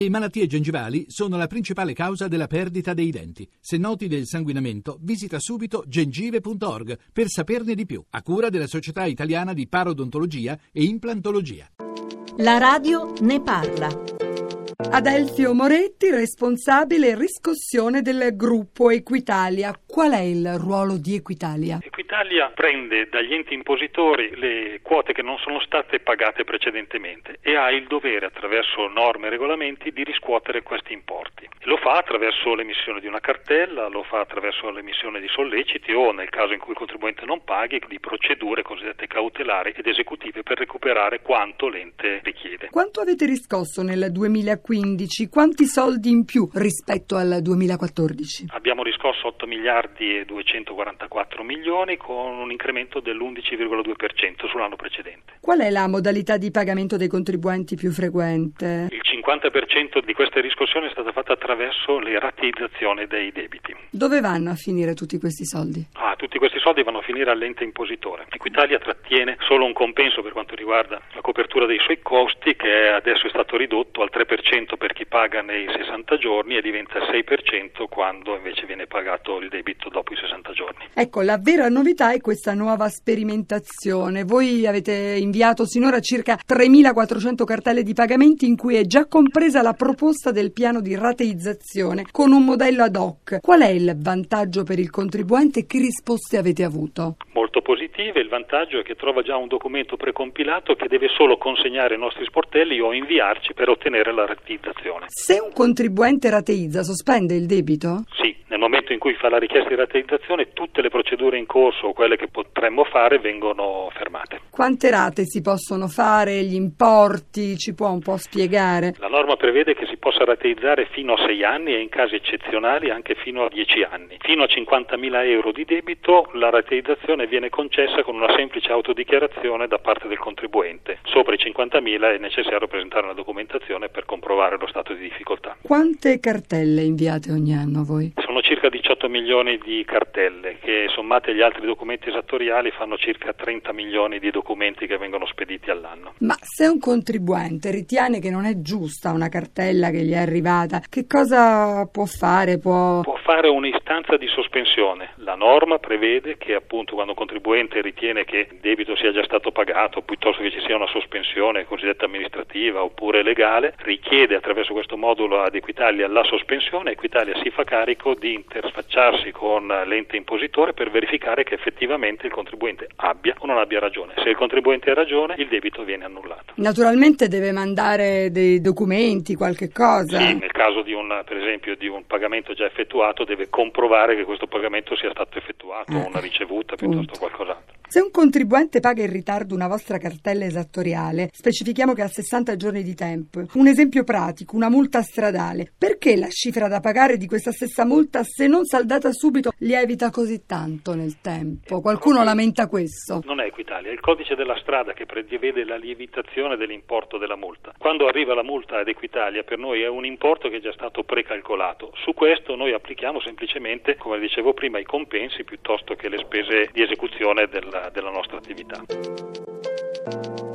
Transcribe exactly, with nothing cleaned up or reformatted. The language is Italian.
Le malattie gengivali sono la principale causa della perdita dei denti. Se noti del sanguinamento, visita subito gengive punto org per saperne di più, a cura della Società Italiana di Parodontologia e Implantologia. La radio ne parla. Adelfio Moretti, responsabile riscossione del gruppo Equitalia. Qual è il ruolo di Equitalia? Equitalia prende dagli enti impositori le quote che non sono state pagate precedentemente e ha il dovere, attraverso norme e regolamenti, di riscuotere questi importi. Lo fa attraverso l'emissione di una cartella, lo fa attraverso l'emissione di solleciti o, nel caso in cui il contribuente non paghi, di procedure cosiddette cautelari ed esecutive per recuperare quanto l'ente richiede. Quanto avete riscosso nel duemilaquindici? Quanti soldi in più rispetto al duemilaquattordici? Abbiamo riscosso otto miliardi e duecentoquarantaquattro milioni con un incremento dell'undici virgola due per cento sull'anno precedente. Qual è la modalità di pagamento dei contribuenti più frequente? Il cinquanta per cento di queste riscossioni è stata fatta attraverso le rateizzazioni dei debiti. Dove vanno a finire tutti questi soldi? Ah, tutti questi soldi vanno a finire all'ente impositore. Equitalia trattiene solo un compenso per quanto riguarda la copertura dei suoi costi, che adesso è stato ridotto al tre per cento per chi paga nei sessanta giorni e diventa sei per cento quando invece viene pagato il debito dopo i sessanta giorni. Ecco, la vera novità è questa nuova sperimentazione. Voi avete inviato sinora circa tremilaquattrocento cartelle di pagamenti in cui è già compresa la proposta del piano di rateizzazione con un modello ad hoc. Qual è il vantaggio per il contribuente e che risposte avete avuto? Molto positive. Il vantaggio è che trova già un documento precompilato che deve solo consegnare ai nostri sportelli o inviarci per ottenere la rateizzazione. Se un contribuente rateizza, sospende il debito? Sì, nel momento in cui fa la richiesta di rateizzazione tutte le procedure in corso o quelle che potremmo fare vengono fermate. Quante rate si possono fare, gli importi, ci può un po' spiegare? La norma prevede che si possa rateizzare fino a sei anni e in casi eccezionali anche fino a dieci anni. Fino a cinquantamila euro di debito la rateizzazione viene concessa con una semplice autodichiarazione da parte del contribuente. Sopra i cinquantamila è necessario presentare una documentazione per comprovare lo stato di difficoltà. Quante cartelle inviate ogni anno voi? Sono circa diciotto milioni di cartelle che, sommate agli altri documenti esattoriali, fanno circa trenta milioni di documenti che vengono spediti all'anno. Ma se un contribuente ritiene che non è giusta una cartella che gli è arrivata, che cosa può fare? Può, può fare un'istanza di sospensione. La norma prevede che appunto quando un contribuente ritiene che il debito sia già stato pagato, piuttosto che ci sia una sospensione cosiddetta amministrativa oppure legale, richiede attraverso questo modulo ad Equitalia la sospensione. Equitalia si fa carico di interfacciarsi con l'ente impositore per verificare che effettivamente il contribuente abbia o non abbia ragione. Se il contribuente ha ragione, il debito viene annullato. Naturalmente deve mandare dei documenti, qualche cosa. Sì, nel caso di un, per esempio, di un pagamento già effettuato, deve comprovare che questo pagamento sia stato effettuato, eh, una ricevuta piuttosto qualcos'altro. Se un contribuente paga in ritardo una vostra cartella esattoriale, specifichiamo che ha sessanta giorni di tempo. Un esempio pratico, una multa stradale. Perché la cifra da pagare di questa stessa multa, se non saldata subito, lievita così tanto nel tempo? Qualcuno lamenta questo. Non è Equitalia, è il codice della strada che prevede la lievitazione dell'importo della multa. Quando arriva la multa ad Equitalia, per noi è un importo che è già stato precalcolato. Su questo noi applichiamo semplicemente, come dicevo prima, i compensi piuttosto che le spese di esecuzione della, della nostra attività.